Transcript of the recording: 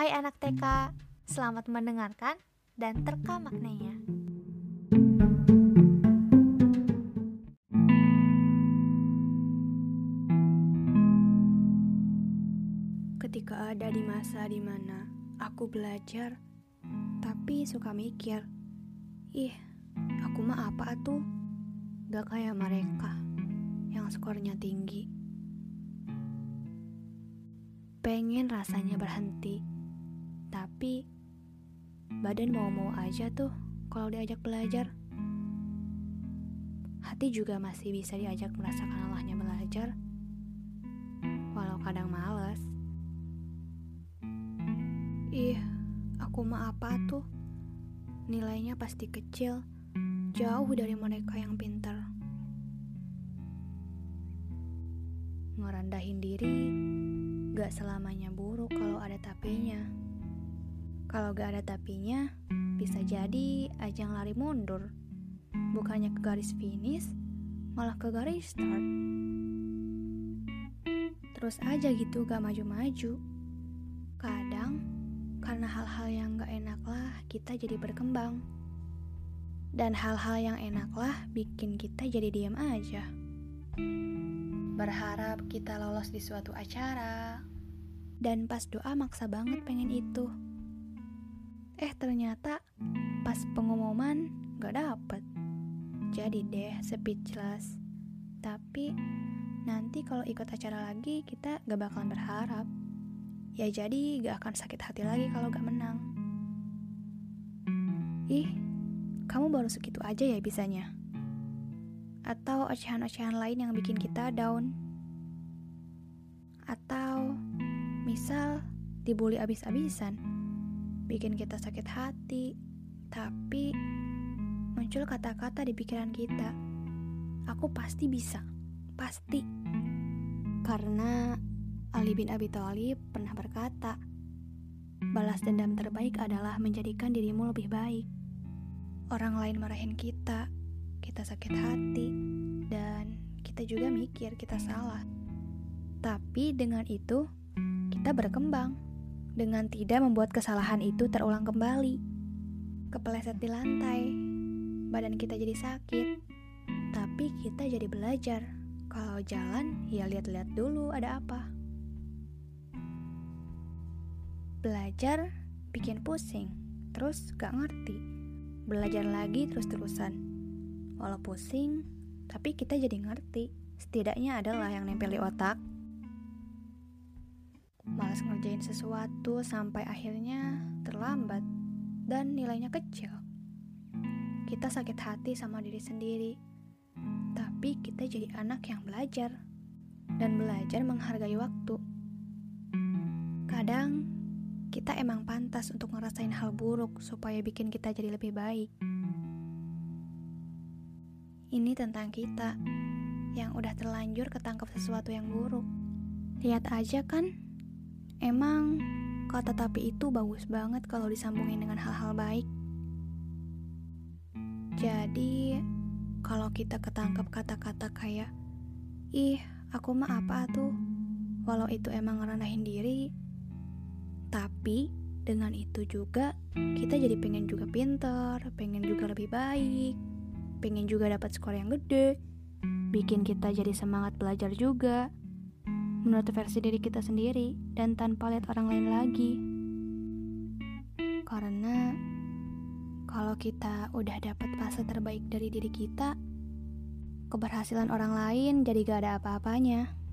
Hai anak TK, selamat mendengarkan dan terka maknanya. Ketika ada di masa dimana aku belajar, tapi suka mikir, aku mah apa tuh? Gak kayak mereka yang skornya tinggi. Pengen rasanya berhenti, tapi badan mau-mau aja tuh kalau diajak belajar. Hati juga masih bisa diajak merasakan lelahnya belajar, walau kadang males. Aku mah apa tuh? Nilainya pasti kecil, jauh dari mereka yang pintar. Ngerendahin diri gak selamanya buruk kalau ada tapinya. Kalau gak ada tapinya, bisa jadi ajang lari mundur. Bukannya ke garis finish, malah ke garis start. Terus aja gitu gak maju-maju. Kadang karena hal-hal yang gak enaklah kita jadi berkembang. Dan hal-hal yang enaklah bikin kita jadi diam aja. Berharap kita lolos di suatu acara, dan pas doa maksa banget pengen itu. Ternyata pas pengumuman gak dapet. Jadi deh speechless. Tapi nanti kalau ikut acara lagi kita gak bakalan berharap. Ya jadi gak akan sakit hati lagi kalau gak menang. Kamu baru segitu aja ya bisanya? Atau ocehan-ocehan lain yang bikin kita down? Atau misal dibully abis-abisan, bikin kita sakit hati, tapi muncul kata-kata di pikiran kita, aku pasti bisa, pasti. Karena Ali bin Abi Thalib pernah berkata, balas dendam terbaik adalah menjadikan dirimu lebih baik. Orang lain marahin kita sakit hati, dan kita juga mikir kita salah. Tapi dengan itu, kita berkembang. Dengan tidak membuat kesalahan itu terulang kembali. Kepeleset di lantai, badan kita jadi sakit. Tapi kita jadi belajar. Kalau jalan, ya lihat-lihat dulu ada apa. Belajar bikin pusing, terus gak ngerti. Belajar lagi terus-terusan. Walau pusing, tapi kita jadi ngerti. Setidaknya adalah yang nempel di otak. Malas ngerjain sesuatu sampai akhirnya terlambat dan nilainya kecil. Kita sakit hati sama diri sendiri. Tapi kita jadi anak yang belajar. Dan belajar menghargai waktu. Kadang kita emang pantas untuk ngerasain hal buruk supaya bikin kita jadi lebih baik. Ini tentang kita yang udah terlanjur ketangkep sesuatu yang buruk. Lihat aja kan, emang kata tapi itu bagus banget kalau disambungin dengan hal-hal baik. Jadi, kalau kita ketangkep kata-kata kayak, aku mah apa tuh? Walau itu emang ngerendahin diri, tapi dengan itu juga kita jadi pengen juga pintar, pengen juga lebih baik, pengen juga dapat skor yang gede, bikin kita jadi semangat belajar juga, menurut versi diri kita sendiri dan tanpa lihat orang lain lagi. Karena kalau kita udah dapat fase terbaik dari diri kita, keberhasilan orang lain jadi gak ada apa-apanya.